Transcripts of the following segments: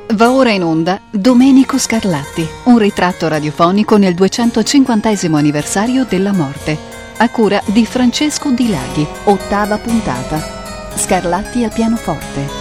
Va ora in onda Domenico Scarlatti, un ritratto radiofonico nel 250° anniversario della morte, a cura di Francesco Di Laghi, 8ª puntata. Scarlatti al pianoforte.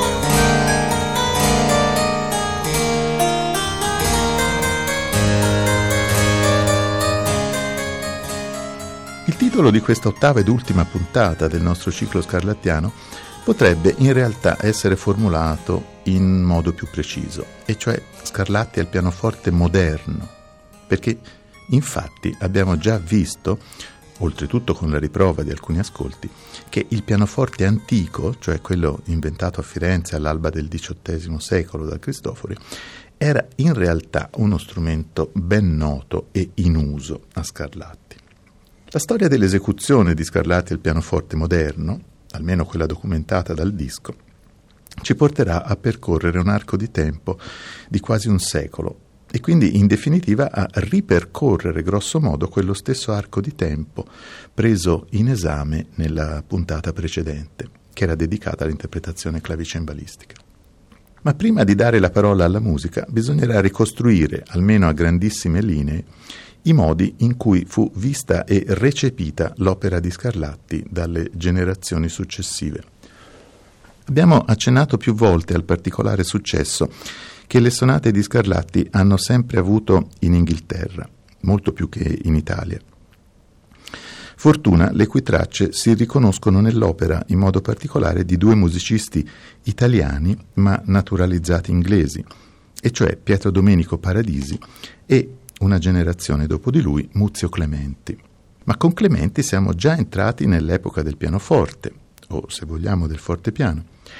Il titolo di questa 8ª ed ultima puntata del nostro ciclo scarlattiano potrebbe in realtà essere formulato in modo più preciso, e cioè Scarlatti al pianoforte moderno, perché infatti abbiamo già visto, oltretutto con la riprova di alcuni ascolti, che il pianoforte antico, cioè quello inventato a Firenze all'alba del XVIII secolo da Cristofori, era in realtà uno strumento ben noto e in uso a Scarlatti. La storia dell'esecuzione di Scarlatti al pianoforte moderno, almeno quella documentata dal disco, ci porterà a percorrere un arco di tempo di quasi un secolo e quindi in definitiva a ripercorrere grosso modo quello stesso arco di tempo preso in esame nella puntata precedente, che era dedicata all'interpretazione clavicembalistica. Ma prima di dare la parola alla musica bisognerà ricostruire, almeno a grandissime linee, i modi in cui fu vista e recepita l'opera di Scarlatti dalle generazioni successive. Abbiamo accennato più volte al particolare successo che le sonate di Scarlatti hanno sempre avuto in Inghilterra, molto più che in Italia. Fortuna le cui tracce si riconoscono nell'opera in modo particolare di due musicisti italiani ma naturalizzati inglesi, e cioè Pietro Domenico Paradisi e, una generazione dopo di lui, Muzio Clementi. Ma con Clementi siamo già entrati nell'epoca del pianoforte, o se vogliamo del fortepiano,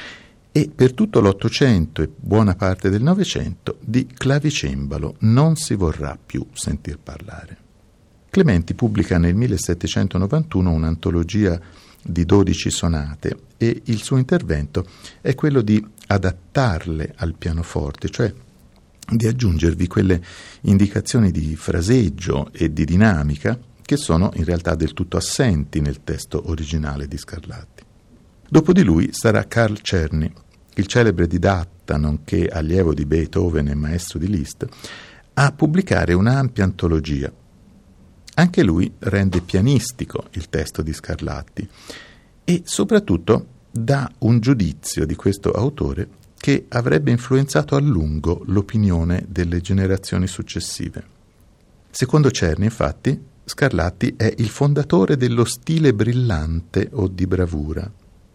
e per tutto l'Ottocento e buona parte del Novecento di clavicembalo non si vorrà più sentir parlare. Clementi pubblica nel 1791 un'antologia di 12 sonate e il suo intervento è quello di adattarle al pianoforte, cioè di aggiungervi quelle indicazioni di fraseggio e di dinamica che sono in realtà del tutto assenti nel testo originale di Scarlatti. Dopo di lui sarà Carl Czerny, il celebre didatta nonché allievo di Beethoven e maestro di Liszt, a pubblicare un'ampia antologia. Anche lui rende pianistico il testo di Scarlatti e soprattutto dà un giudizio di questo autore che avrebbe influenzato a lungo l'opinione delle generazioni successive. Secondo Czerny, infatti, Scarlatti è il fondatore dello stile brillante o di bravura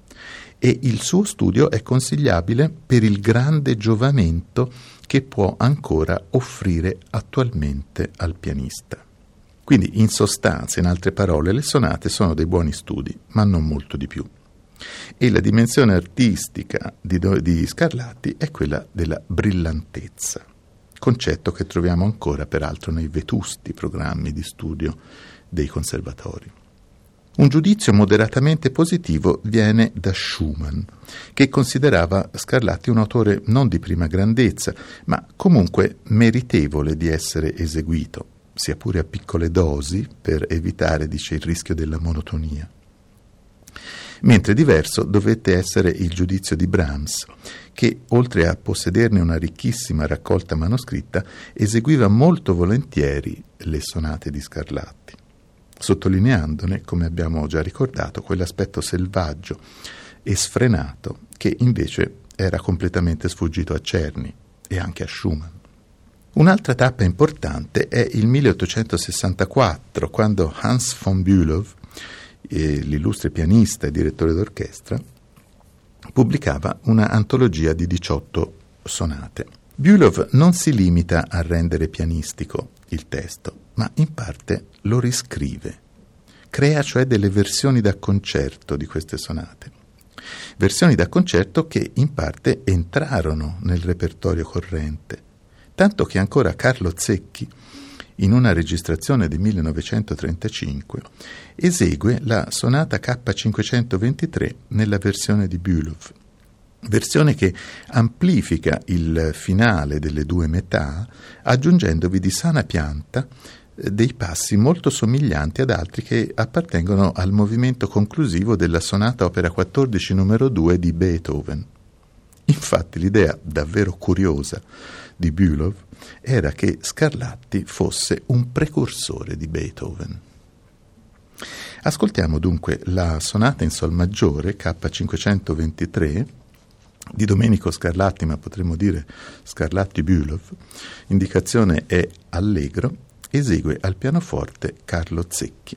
e il suo studio è consigliabile per il grande giovamento che può ancora offrire attualmente al pianista. Quindi, in sostanza, in altre parole, le sonate sono dei buoni studi, ma non molto di più. E la dimensione artistica di Scarlatti è quella della brillantezza, concetto che troviamo ancora peraltro nei vetusti programmi di studio dei conservatori. Un giudizio moderatamente positivo viene da Schumann, che considerava Scarlatti un autore non di prima grandezza, ma comunque meritevole di essere eseguito, sia pure a piccole dosi per evitare, dice, il rischio della monotonia. Mentre diverso dovette essere il giudizio di Brahms, che, oltre a possederne una ricchissima raccolta manoscritta, eseguiva molto volentieri le sonate di Scarlatti, sottolineandone, come abbiamo già ricordato, quell'aspetto selvaggio e sfrenato che invece era completamente sfuggito a Czerny e anche a Schumann. Un'altra tappa importante è il 1864, quando Hans von Bülow, l'illustre pianista e direttore d'orchestra, pubblicava una antologia di 18 sonate. Bülow non si limita a rendere pianistico il testo, ma in parte lo riscrive. Crea cioè delle versioni da concerto di queste sonate. Versioni da concerto che in parte entrarono nel repertorio corrente, tanto che ancora Carlo Zecchi, in una registrazione del 1935, esegue la sonata K523 nella versione di Bülow, versione che amplifica il finale delle due metà, aggiungendovi di sana pianta dei passi molto somiglianti ad altri che appartengono al movimento conclusivo della sonata opera 14 numero 2 di Beethoven. Infatti l'idea davvero curiosa di Bülow era che Scarlatti fosse un precursore di Beethoven. Ascoltiamo dunque la sonata in sol maggiore K523 di Domenico Scarlatti, ma potremmo dire Scarlatti-Bülow. Indicazione è allegro, esegue al pianoforte Carlo Zecchi.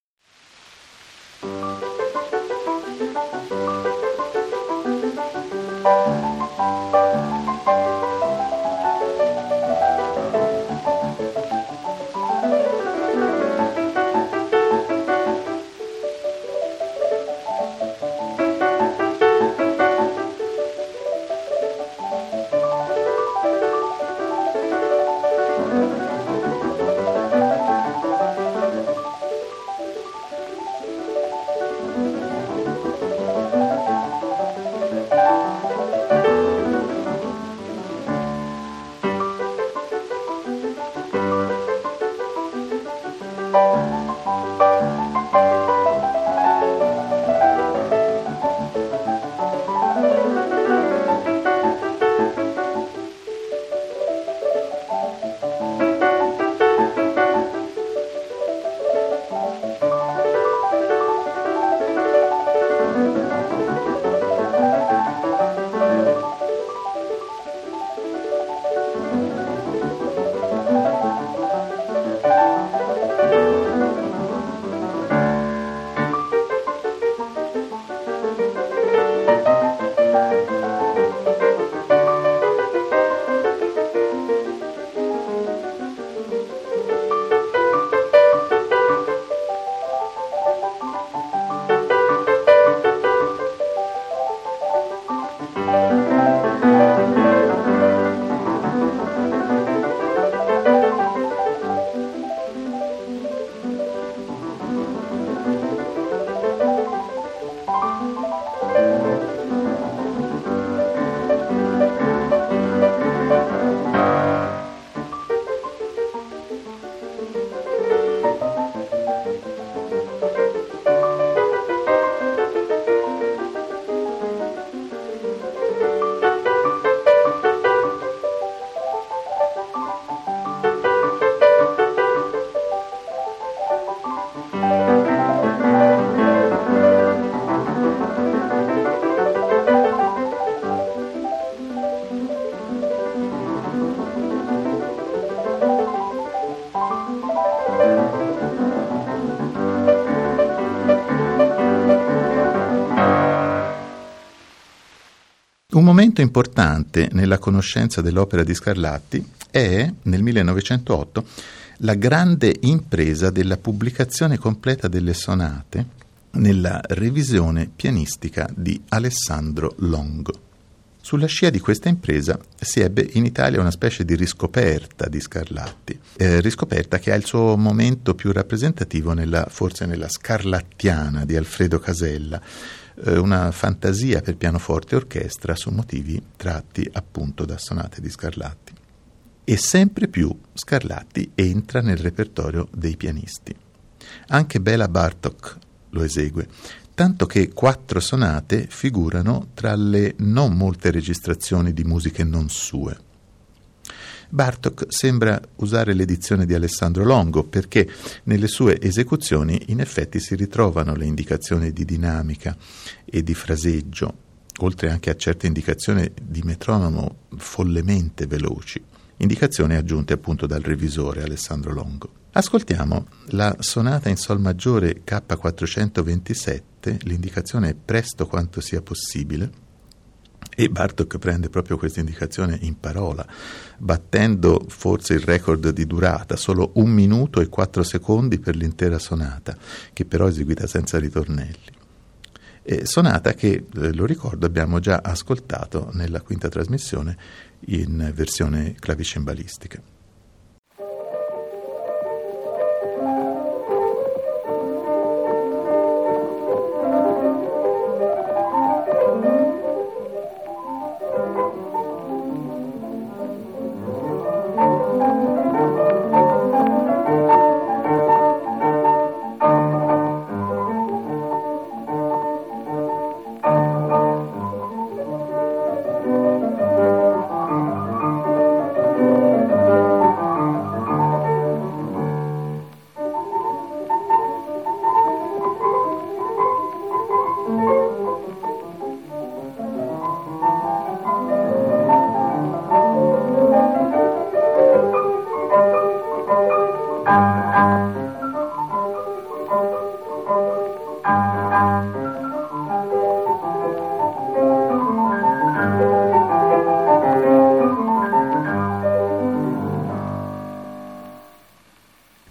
Un momento importante nella conoscenza dell'opera di Scarlatti è, nel 1908, la grande impresa della pubblicazione completa delle sonate nella revisione pianistica di Alessandro Longo. Sulla scia di questa impresa si ebbe in Italia una specie di riscoperta di Scarlatti, riscoperta che ha il suo momento più rappresentativo forse nella Scarlattiana di Alfredo Casella, una fantasia per pianoforte e orchestra su motivi tratti appunto da sonate di Scarlatti. E sempre più Scarlatti entra nel repertorio dei pianisti. Anche Béla Bartók lo esegue, tanto che 4 sonate figurano tra le non molte registrazioni di musiche non sue. Bartók sembra usare l'edizione di Alessandro Longo perché nelle sue esecuzioni in effetti si ritrovano le indicazioni di dinamica e di fraseggio, oltre anche a certe indicazioni di metronomo follemente veloci, indicazioni aggiunte appunto dal revisore Alessandro Longo. Ascoltiamo la sonata in sol maggiore K427, l'indicazione è presto quanto sia possibile, e Bartók prende proprio questa indicazione in parola, battendo forse il record di durata, solo 1 minuto e 4 secondi per l'intera sonata, che però è eseguita senza ritornelli. Sonata che, lo ricordo, abbiamo già ascoltato nella quinta trasmissione in versione clavicembalistica.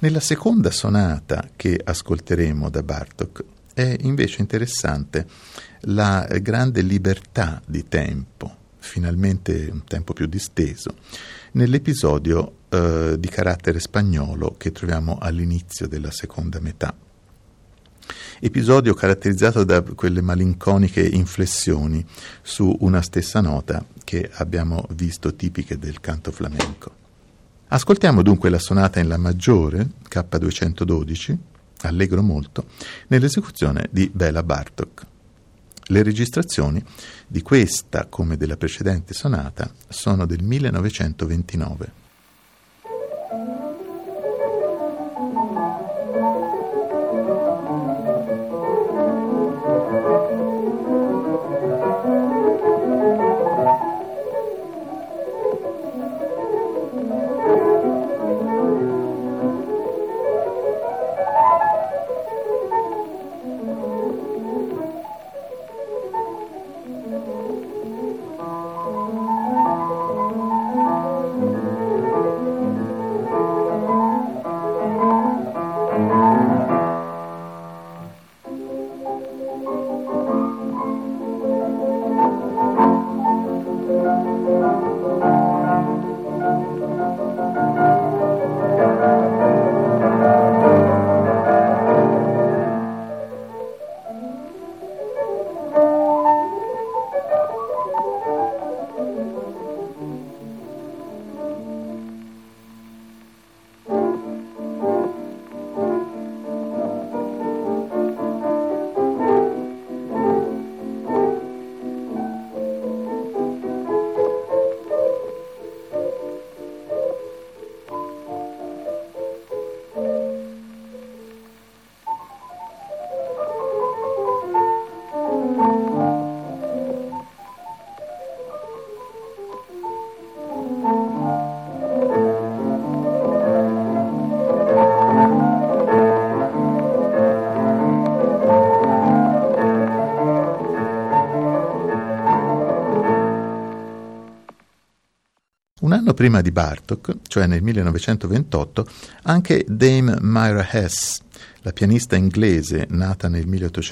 Nella seconda sonata che ascolteremo da Bartók è invece interessante la grande libertà di tempo, finalmente un tempo più disteso, nell'episodio di carattere spagnolo che troviamo all'inizio della seconda metà. Episodio caratterizzato da quelle malinconiche inflessioni su una stessa nota che abbiamo visto tipiche del canto flamenco. Ascoltiamo dunque la sonata in La maggiore, K212, allegro molto, nell'esecuzione di Béla Bartók. Le registrazioni di questa, come della precedente sonata, sono del 1929. Un anno prima di Bartók, cioè nel 1928, anche Dame Myra Hess, la pianista inglese nata nel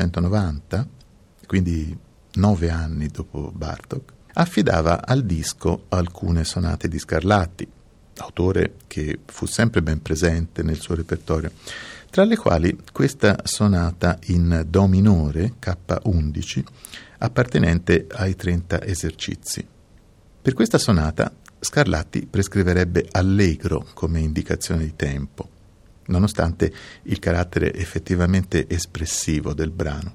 1890, quindi 9 anni dopo Bartók, affidava al disco alcune sonate di Scarlatti, autore che fu sempre ben presente nel suo repertorio, tra le quali questa sonata in Do minore, K11, appartenente ai 30 esercizi. Per questa sonata Scarlatti prescriverebbe allegro come indicazione di tempo, nonostante il carattere effettivamente espressivo del brano.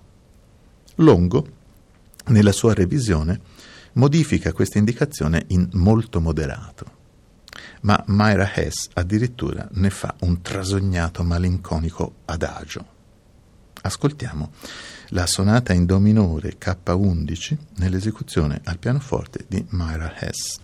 Longo, nella sua revisione, modifica questa indicazione in molto moderato, ma Myra Hess addirittura ne fa un trasognato malinconico adagio. Ascoltiamo la sonata in Do minore K11 nell'esecuzione al pianoforte di Myra Hess.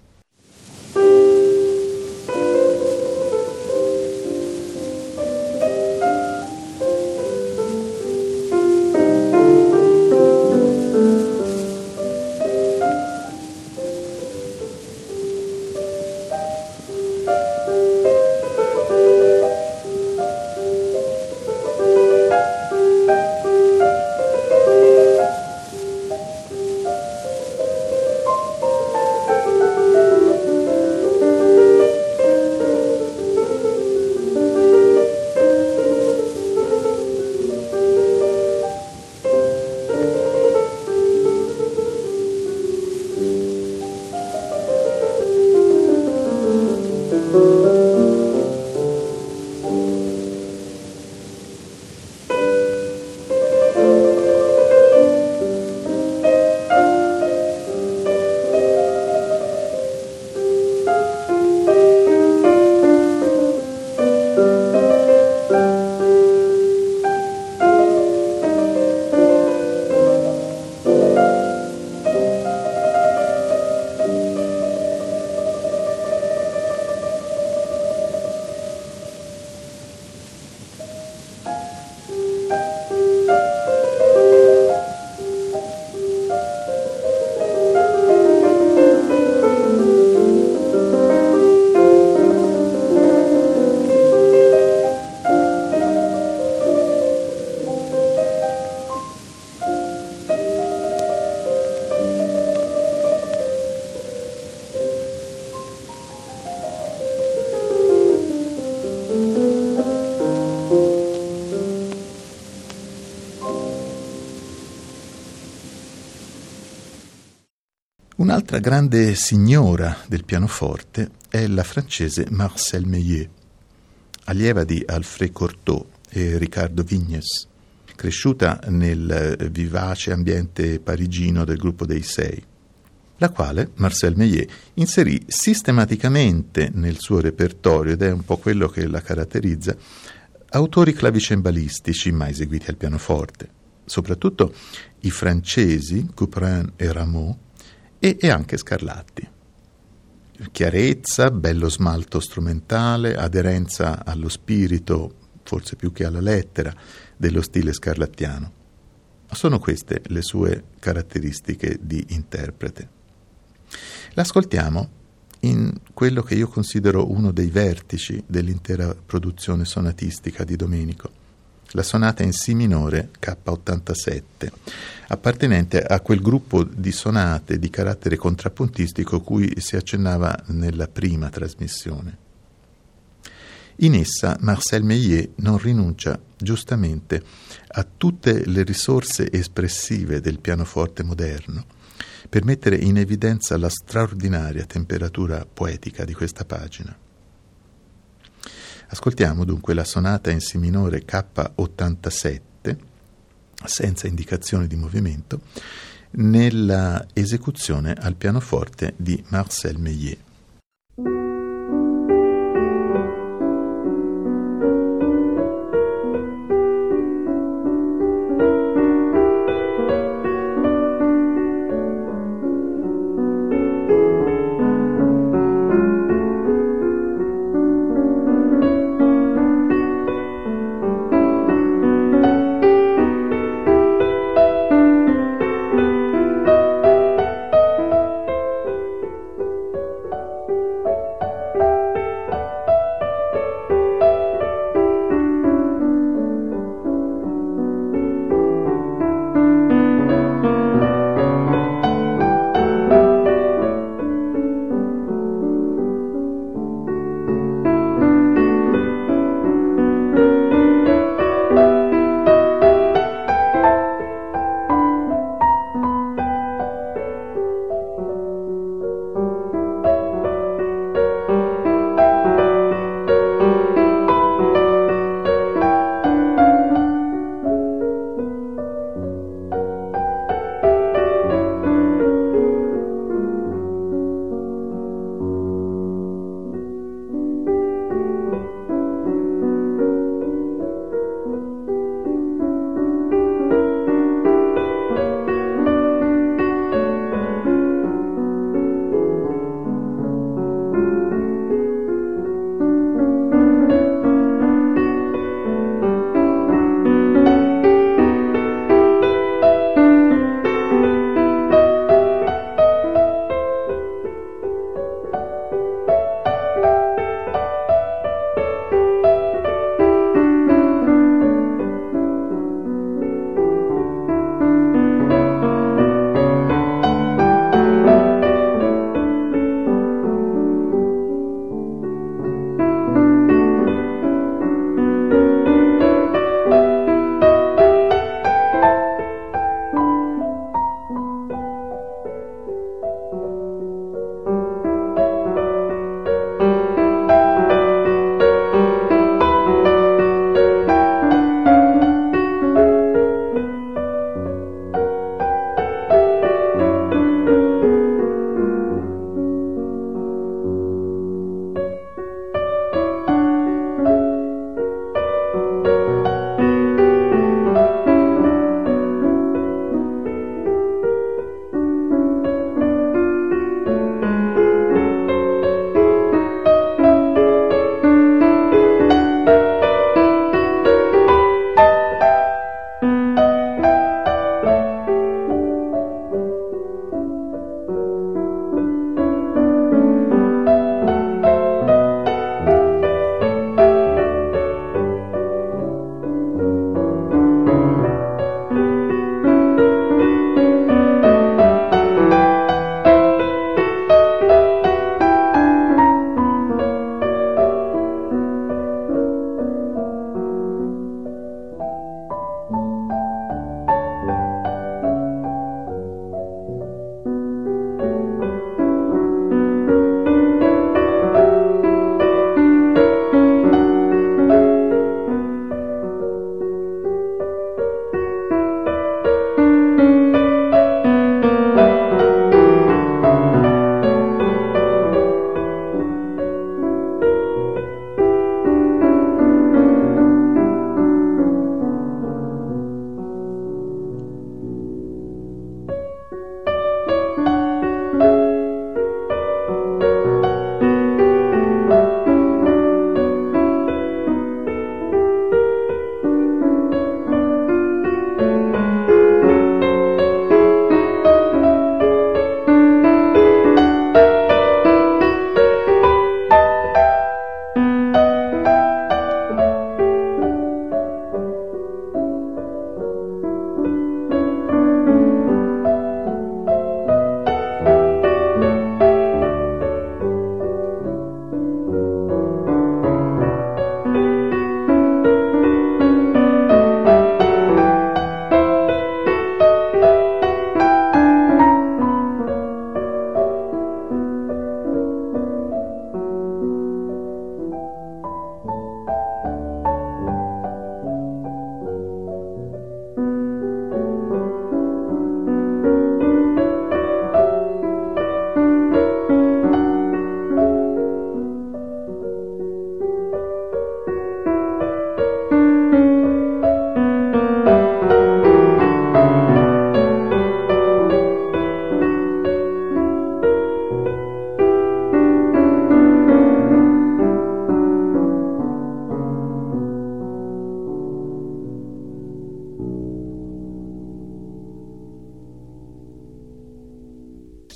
Un'altra grande signora del pianoforte è la francese Marcelle Meillet, allieva di Alfred Cortot e Ricardo Vignes, cresciuta nel vivace ambiente parigino del gruppo dei Sei, la quale Marcelle Meillet inserì sistematicamente nel suo repertorio, ed è un po' quello che la caratterizza, autori clavicembalistici mai eseguiti al pianoforte, soprattutto i francesi Couperin e Rameau e anche Scarlatti. Chiarezza, bello smalto strumentale, aderenza allo spirito, forse più che alla lettera, dello stile scarlattiano. Sono queste le sue caratteristiche di interprete. L'ascoltiamo in quello che io considero uno dei vertici dell'intera produzione sonatistica di Domenico, la sonata in Si minore K87, appartenente a quel gruppo di sonate di carattere contrappuntistico cui si accennava nella prima trasmissione. In essa Marcelle Meillet non rinuncia giustamente a tutte le risorse espressive del pianoforte moderno per mettere in evidenza la straordinaria temperatura poetica di questa pagina. Ascoltiamo dunque la sonata in Si minore K87, senza indicazione di movimento, nella esecuzione al pianoforte di Marcelle Meillet.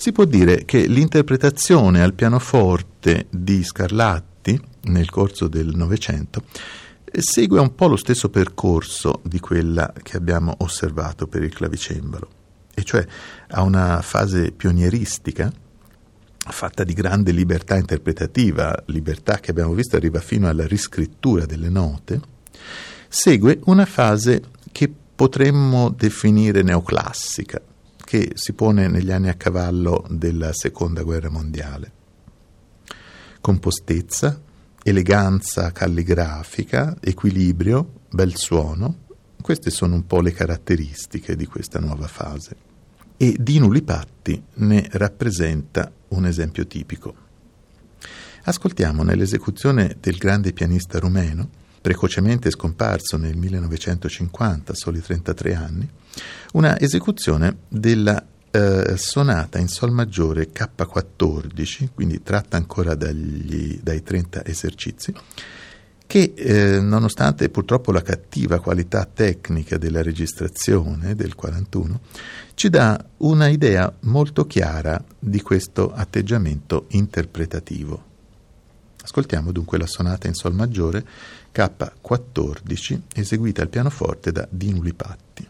Si può dire che l'interpretazione al pianoforte di Scarlatti nel corso del Novecento segue un po' lo stesso percorso di quella che abbiamo osservato per il clavicembalo, e cioè ha una fase pionieristica fatta di grande libertà interpretativa, libertà che abbiamo visto arriva fino alla riscrittura delle note. Segue una fase che potremmo definire neoclassica, che si pone negli anni a cavallo della Seconda Guerra Mondiale. Compostezza, eleganza calligrafica, equilibrio, bel suono, queste sono un po' le caratteristiche di questa nuova fase. E Dinu Lipatti ne rappresenta un esempio tipico. Ascoltiamo nell'esecuzione del grande pianista rumeno, precocemente scomparso nel 1950, a soli 33 anni, una esecuzione della sonata in sol maggiore K14, quindi tratta ancora dai 30 esercizi, che nonostante purtroppo la cattiva qualità tecnica della registrazione del 41, ci dà una idea molto chiara di questo atteggiamento interpretativo. Ascoltiamo dunque la sonata in sol maggiore K14 eseguita al pianoforte da Dinu Lipatti.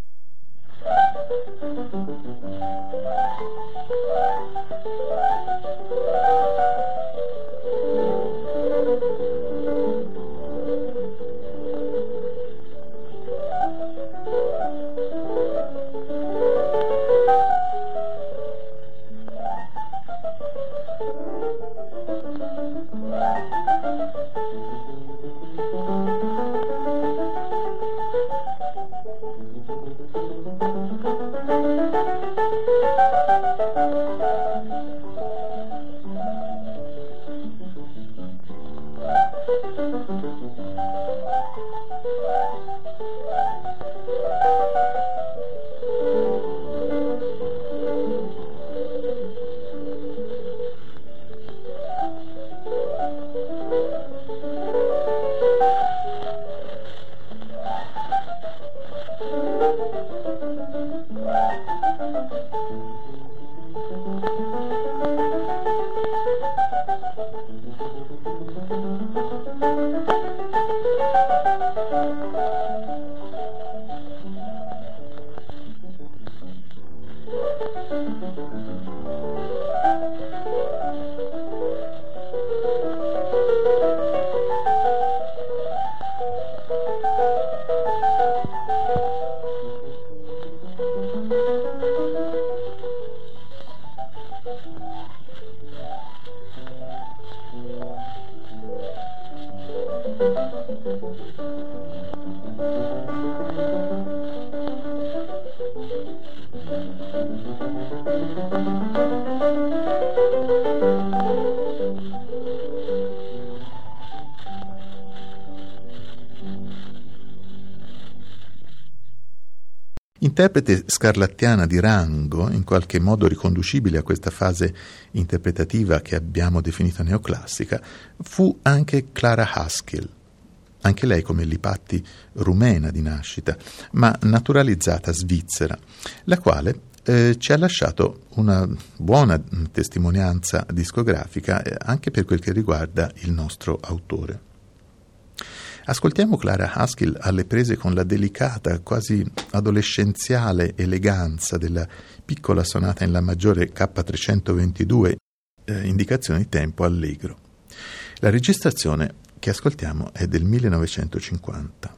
Interprete scarlattiana di rango, in qualche modo riconducibile a questa fase interpretativa che abbiamo definito neoclassica, fu anche Clara Haskell, anche lei come Lipatti rumena di nascita, ma naturalizzata svizzera, la quale ci ha lasciato una buona testimonianza discografica anche per quel che riguarda il nostro autore. Ascoltiamo Clara Haskell alle prese con la delicata, quasi adolescenziale eleganza della piccola sonata in La maggiore K322, indicazione di tempo allegro. La registrazione che ascoltiamo è del 1950.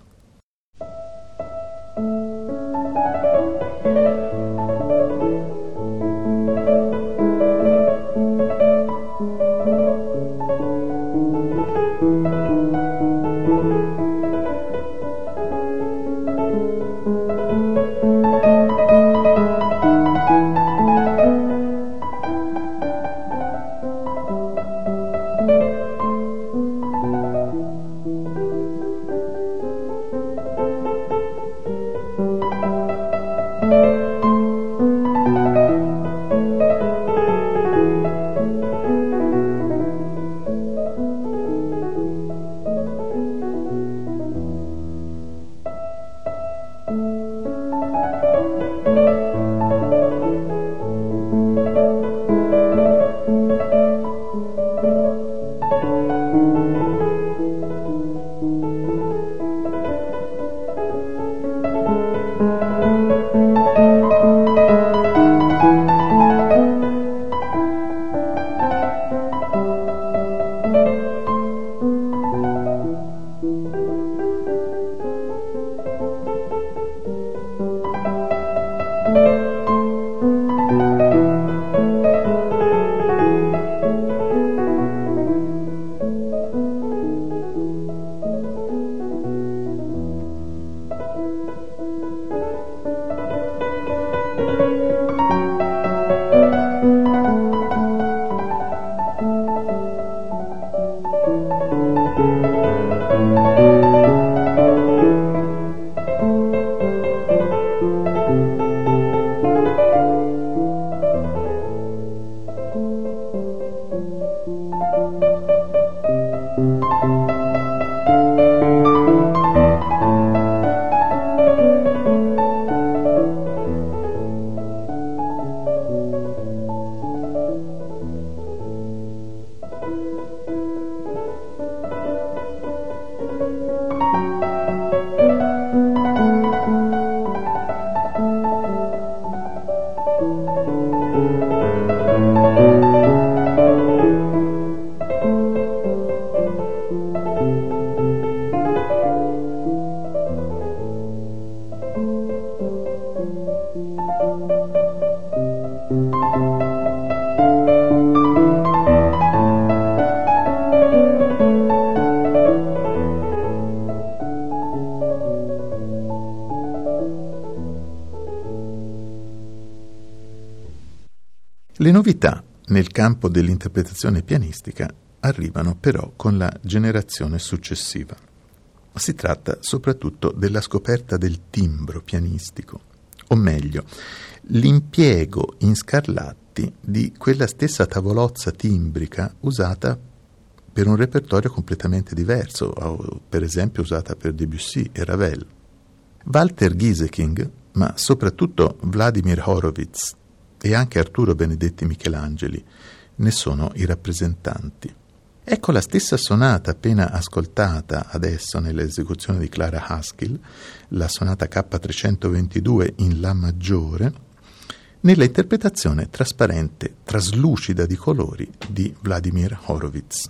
Le novità nel campo dell'interpretazione pianistica arrivano però con la generazione successiva. Si tratta soprattutto della scoperta del timbro pianistico, o meglio, l'impiego in Scarlatti di quella stessa tavolozza timbrica usata per un repertorio completamente diverso, per esempio usata per Debussy e Ravel. Walter Gieseking, ma soprattutto Vladimir Horowitz e anche Arturo Benedetti Michelangeli ne sono i rappresentanti. Ecco la stessa sonata appena ascoltata adesso nell'esecuzione di Clara Haskell, la sonata K322 in La maggiore, nella interpretazione trasparente, traslucida di colori di Vladimir Horowitz.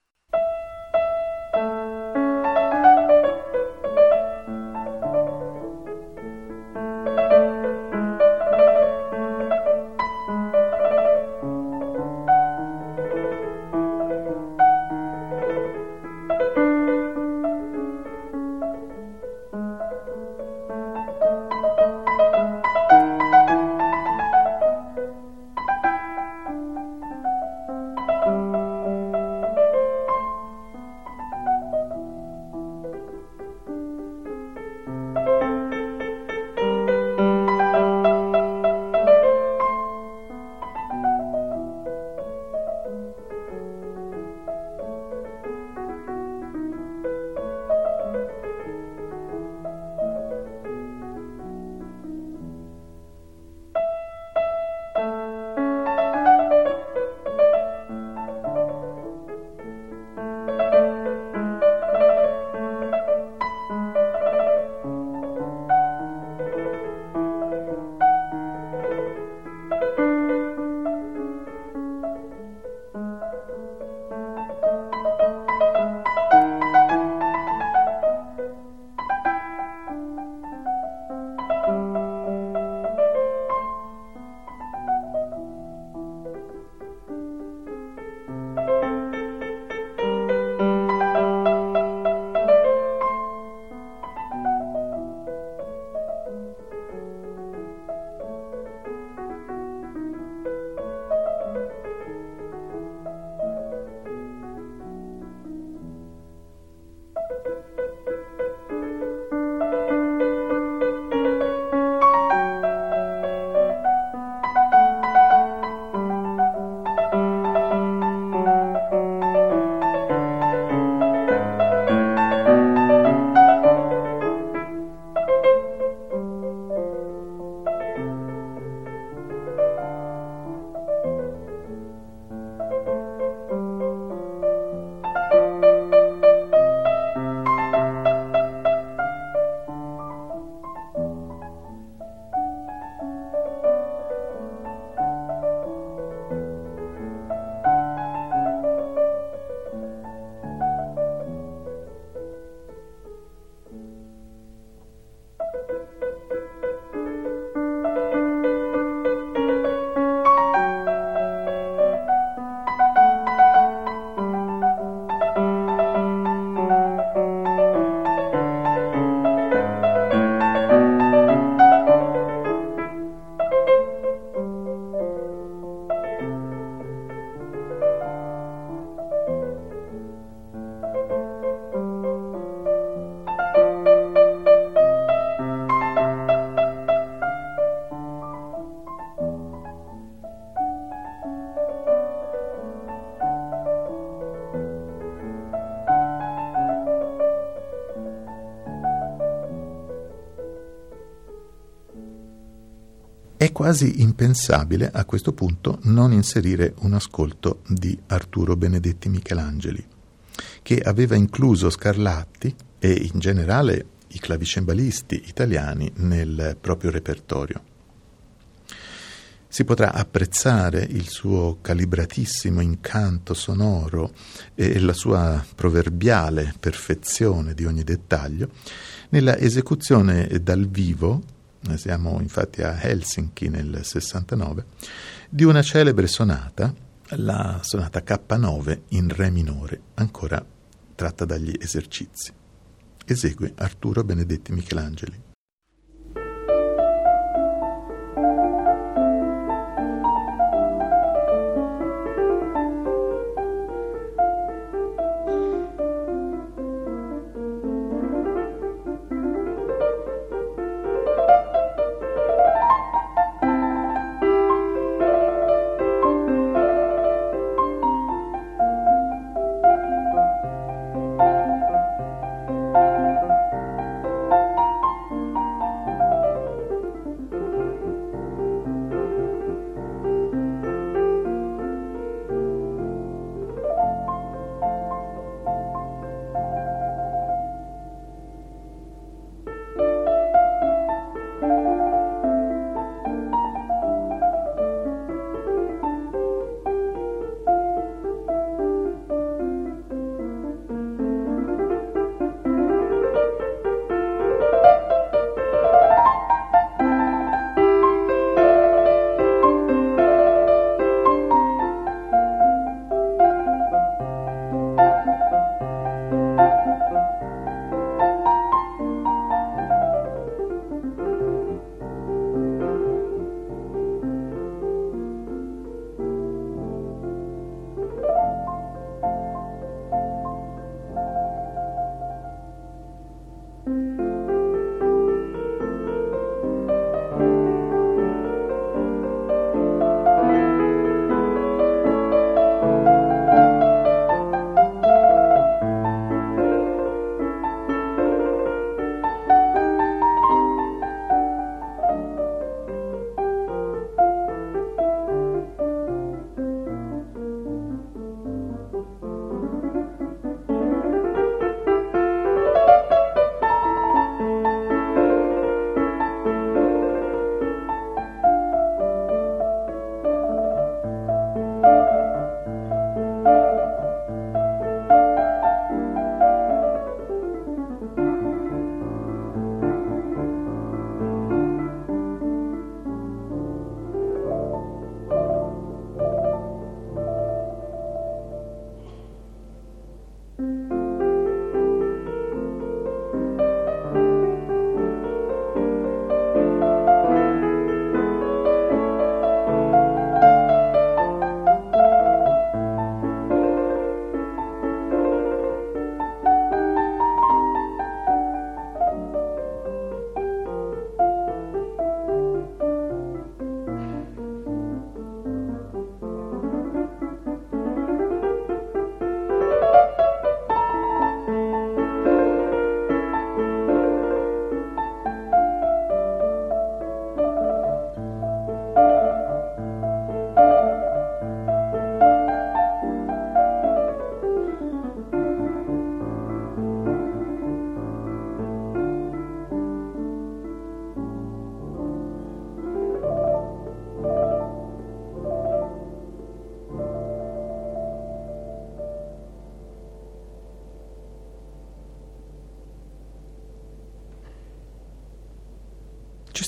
È quasi impensabile a questo punto non inserire un ascolto di Arturo Benedetti Michelangeli, che aveva incluso Scarlatti e in generale i clavicembalisti italiani nel proprio repertorio. Si potrà apprezzare il suo calibratissimo incanto sonoro e la sua proverbiale perfezione di ogni dettaglio nella esecuzione dal vivo, siamo infatti a Helsinki nel 69, di una celebre sonata, la sonata K9 in Re minore, ancora tratta dagli esercizi. Esegue Arturo Benedetti Michelangeli.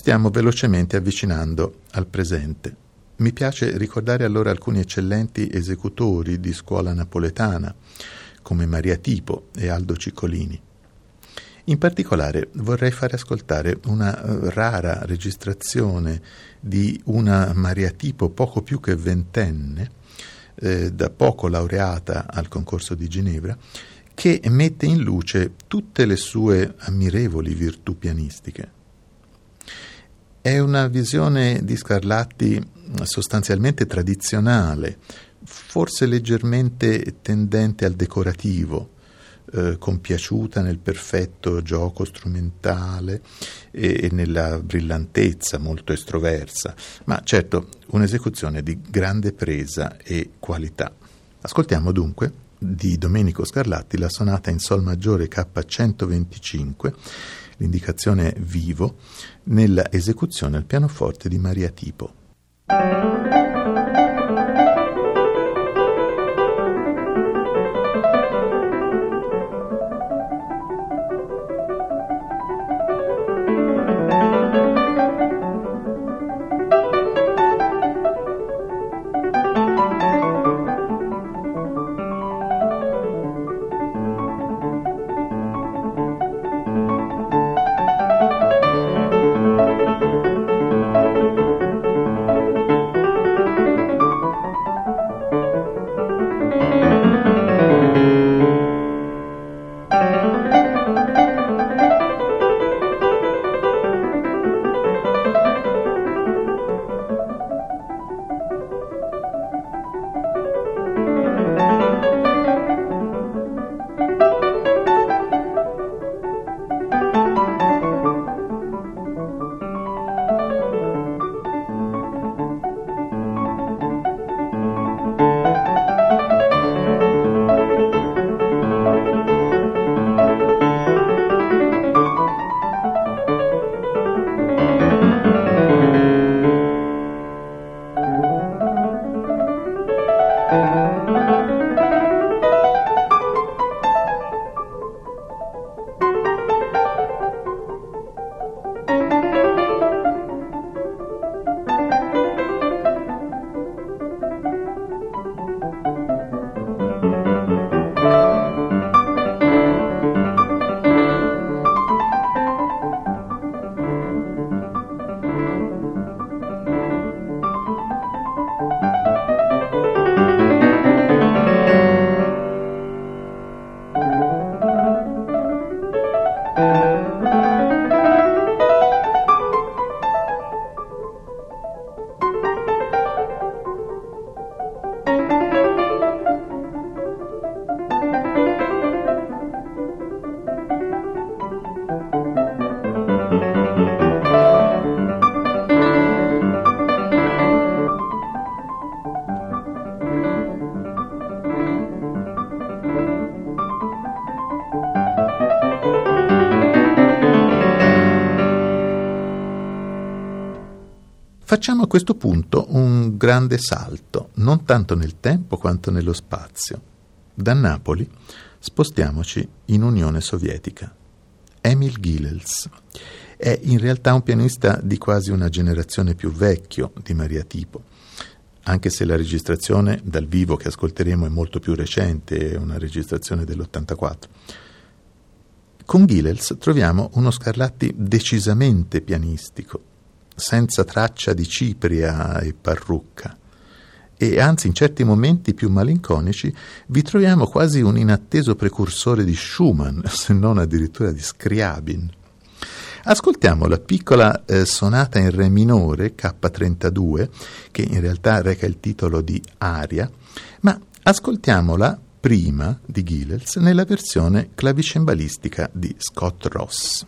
stiamo velocemente avvicinando al presente. Mi piace ricordare allora alcuni eccellenti esecutori di scuola napoletana, come Maria Tipo e Aldo Ciccolini. In particolare vorrei fare ascoltare una rara registrazione di una Maria Tipo poco più che ventenne, da poco laureata al concorso di Ginevra, che mette in luce tutte le sue ammirevoli virtù pianistiche. È una visione di Scarlatti sostanzialmente tradizionale, forse leggermente tendente al decorativo, compiaciuta nel perfetto gioco strumentale e nella brillantezza molto estroversa, ma certo un'esecuzione di grande presa e qualità. Ascoltiamo dunque di Domenico Scarlatti la sonata in sol maggiore K125, l'indicazione vivo, nella esecuzione al pianoforte di Maria Tipo. Facciamo a questo punto un grande salto, non tanto nel tempo quanto nello spazio. Da Napoli spostiamoci in Unione Sovietica. Emil Gilels è in realtà un pianista di quasi una generazione più vecchio di Maria Tipo, anche se la registrazione dal vivo che ascolteremo è molto più recente, è una registrazione dell'84. Con Gilels troviamo uno Scarlatti decisamente pianistico, senza traccia di cipria e parrucca, e anzi in certi momenti più malinconici vi troviamo quasi un inatteso precursore di Schumann, se non addirittura di Scriabin. Ascoltiamo la piccola sonata in re minore K32, che in realtà reca il titolo di Aria, ma ascoltiamola prima di Gilels nella versione clavicembalistica di Scott Ross.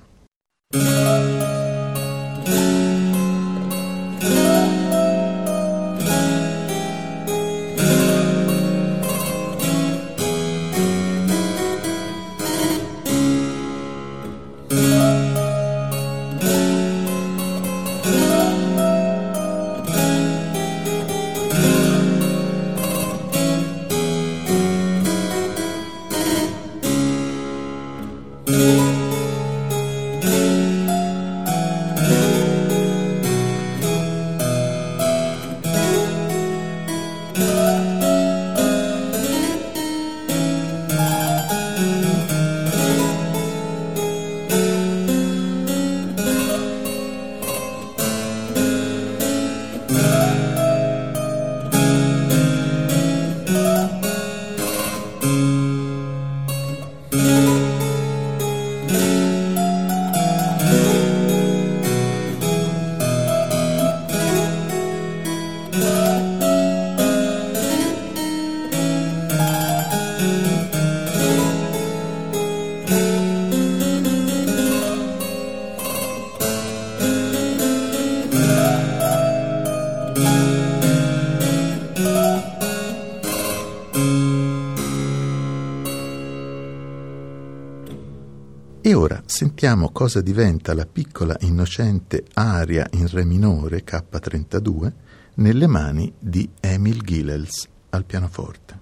E ora sentiamo cosa diventa la piccola innocente aria in re minore K32 nelle mani di Emil Gilels al pianoforte.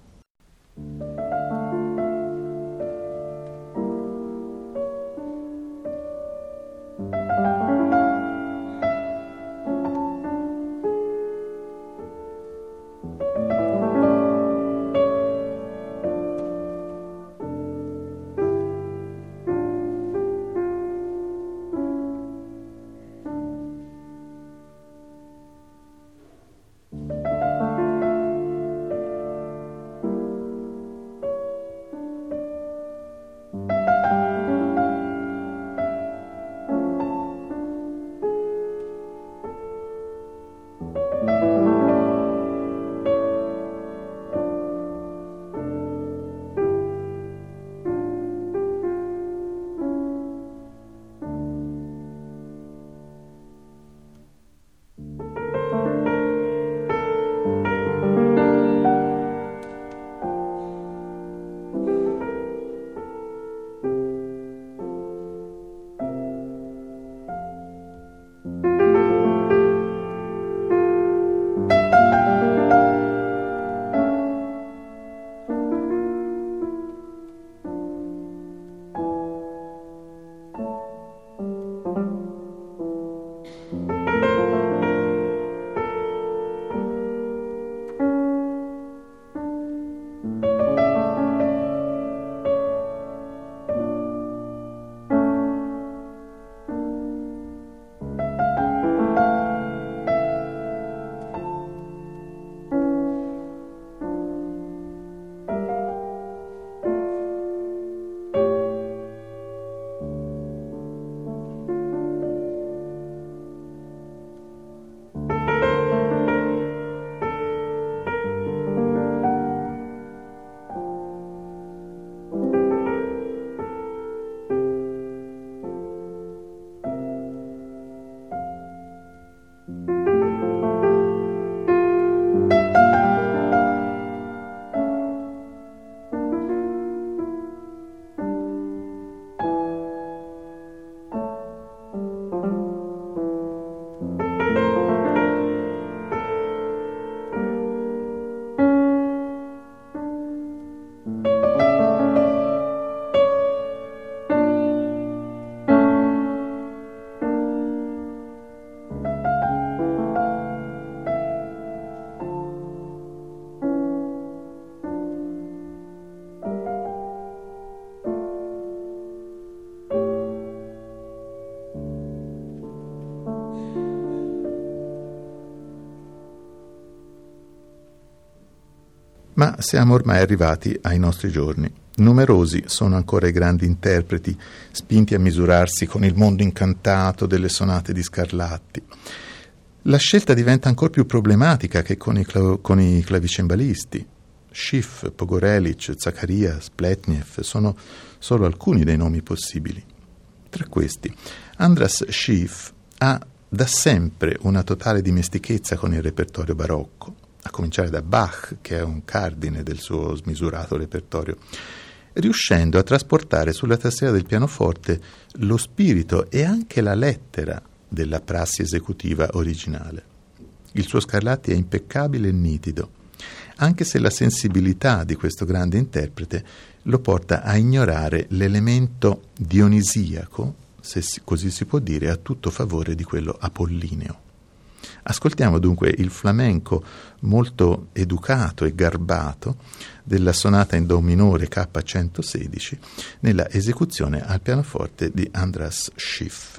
Ma siamo ormai arrivati ai nostri giorni. Numerosi sono ancora i grandi interpreti spinti a misurarsi con il mondo incantato delle sonate di Scarlatti. La scelta diventa ancora più problematica che con i clavicembalisti. Schiff, Pogorelic, Zaccaria, Pletnev sono solo alcuni dei nomi possibili. Tra questi, Andras Schiff ha da sempre una totale dimestichezza con il repertorio barocco, a cominciare da Bach, che è un cardine del suo smisurato repertorio, riuscendo a trasportare sulla tastiera del pianoforte lo spirito e anche la lettera della prassi esecutiva originale. Il suo Scarlatti è impeccabile e nitido, anche se la sensibilità di questo grande interprete lo porta a ignorare l'elemento dionisiaco, se così si può dire, a tutto favore di quello apollineo. Ascoltiamo dunque il flamenco molto educato e garbato della sonata in do minore K116 nella esecuzione al pianoforte di Andras Schiff.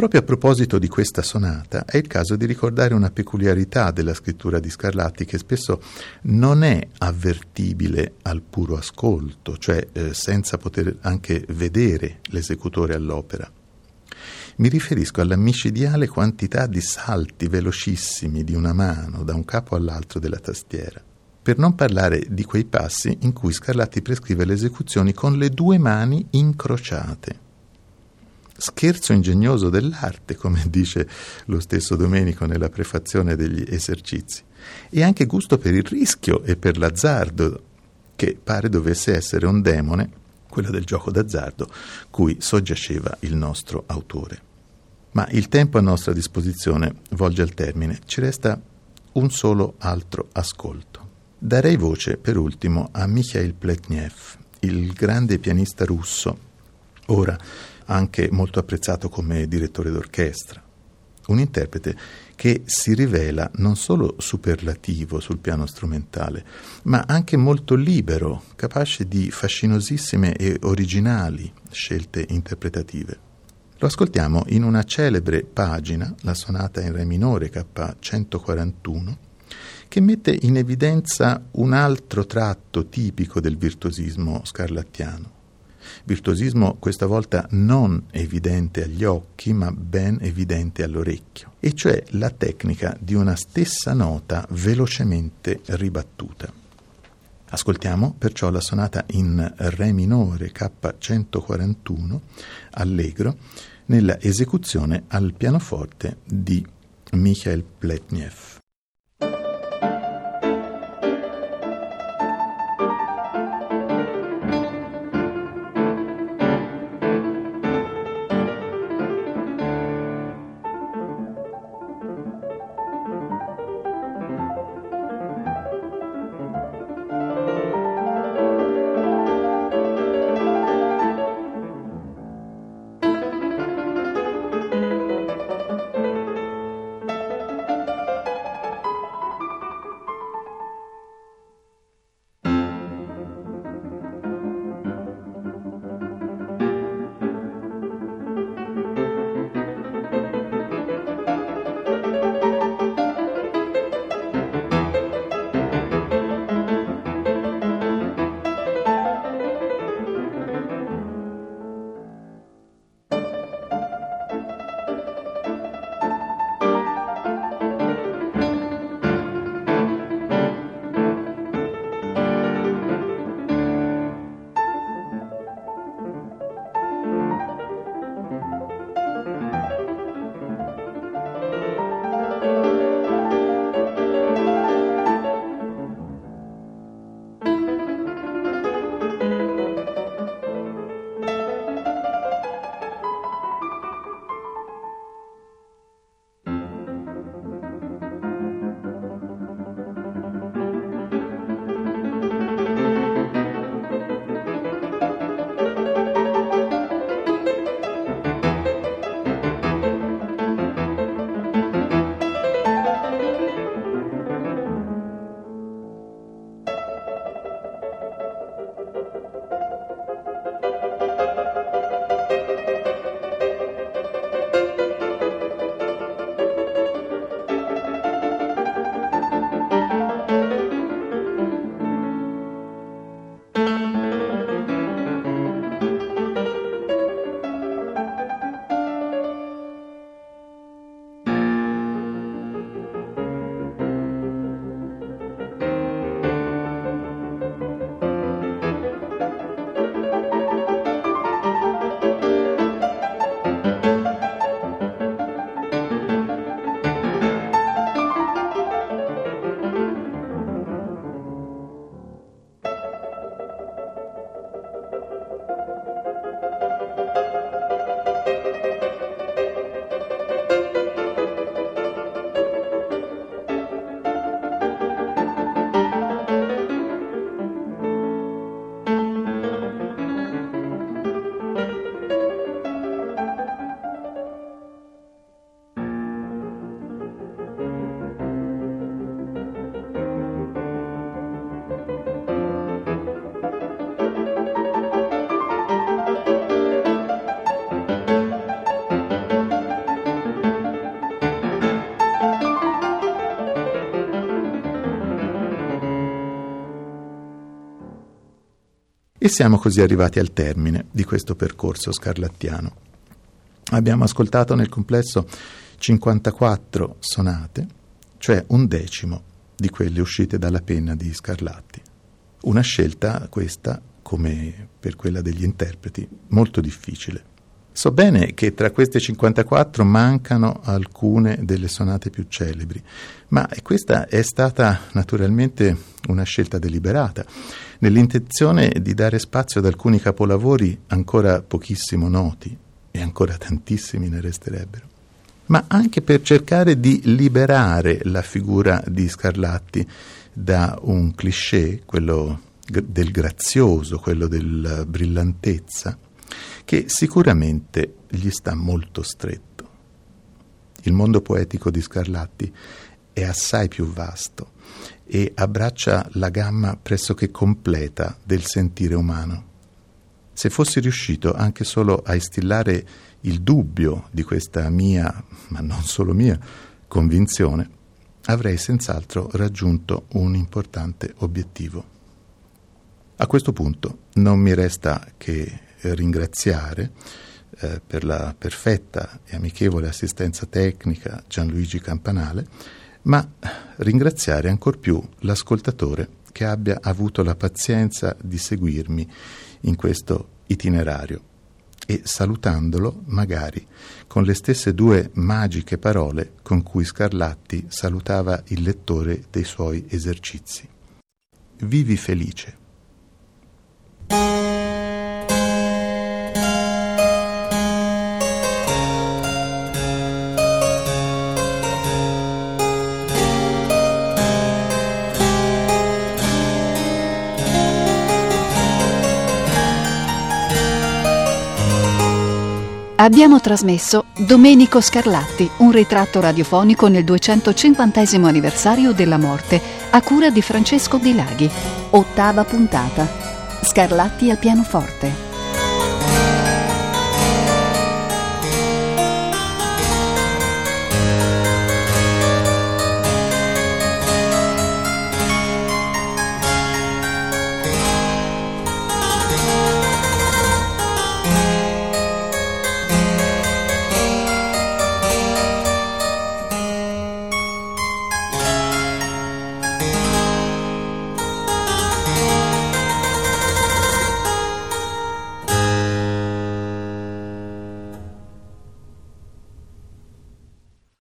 proprio a proposito di questa sonata è il caso di ricordare una peculiarità della scrittura di Scarlatti che spesso non è avvertibile al puro ascolto, cioè senza poter anche vedere l'esecutore all'opera. Mi riferisco alla micidiale quantità di salti velocissimi di una mano da un capo all'altro della tastiera, per non parlare di quei passi in cui Scarlatti prescrive le esecuzioni con le due mani incrociate. Scherzo ingegnoso dell'arte, come dice lo stesso Domenico nella prefazione degli esercizi, e anche gusto per il rischio e per l'azzardo, che pare dovesse essere un demone, quello del gioco d'azzardo, cui soggiaceva il nostro autore. Ma il tempo a nostra disposizione volge al termine, ci resta un solo altro ascolto. Darei voce per ultimo a Michail Pletnev, il grande pianista russo, ora anche molto apprezzato come direttore d'orchestra. Un interprete che si rivela non solo superlativo sul piano strumentale, ma anche molto libero, capace di fascinosissime e originali scelte interpretative. Lo ascoltiamo in una celebre pagina, la sonata in re minore K141, che mette in evidenza un altro tratto tipico del virtuosismo scarlattiano. Virtuosismo questa volta non evidente agli occhi, ma ben evidente all'orecchio, e cioè la tecnica di una stessa nota velocemente ribattuta. Ascoltiamo perciò la sonata in re minore K141, allegro, nella esecuzione al pianoforte di Michail Pletnev. E siamo così arrivati al termine di questo percorso scarlattiano. Abbiamo ascoltato nel complesso 54 sonate, cioè 1/10 di quelle uscite dalla penna di Scarlatti. Una scelta questa, come per quella degli interpreti, molto difficile. So bene che tra queste 54 mancano alcune delle sonate più celebri, ma questa è stata naturalmente una scelta deliberata, nell'intenzione di dare spazio ad alcuni capolavori ancora pochissimo noti, e ancora tantissimi ne resterebbero, ma anche per cercare di liberare la figura di Scarlatti da un cliché, quello del grazioso, quello della brillantezza, che sicuramente gli sta molto stretto. Il mondo poetico di Scarlatti è assai più vasto e abbraccia la gamma pressoché completa del sentire umano. Se fossi riuscito anche solo a instillare il dubbio di questa mia, ma non solo mia, convinzione, avrei senz'altro raggiunto un importante obiettivo. A questo punto non mi resta che ringraziare per la perfetta e amichevole assistenza tecnica Gianluigi Campanale, ma ringraziare ancor più l'ascoltatore che abbia avuto la pazienza di seguirmi in questo itinerario e salutandolo magari con le stesse 2 magiche parole con cui Scarlatti salutava il lettore dei suoi esercizi. Vivi felice. Abbiamo trasmesso Domenico Scarlatti, un ritratto radiofonico nel 250° anniversario della morte, a cura di Francesco Di Laghi. 8ª puntata. Scarlatti al pianoforte.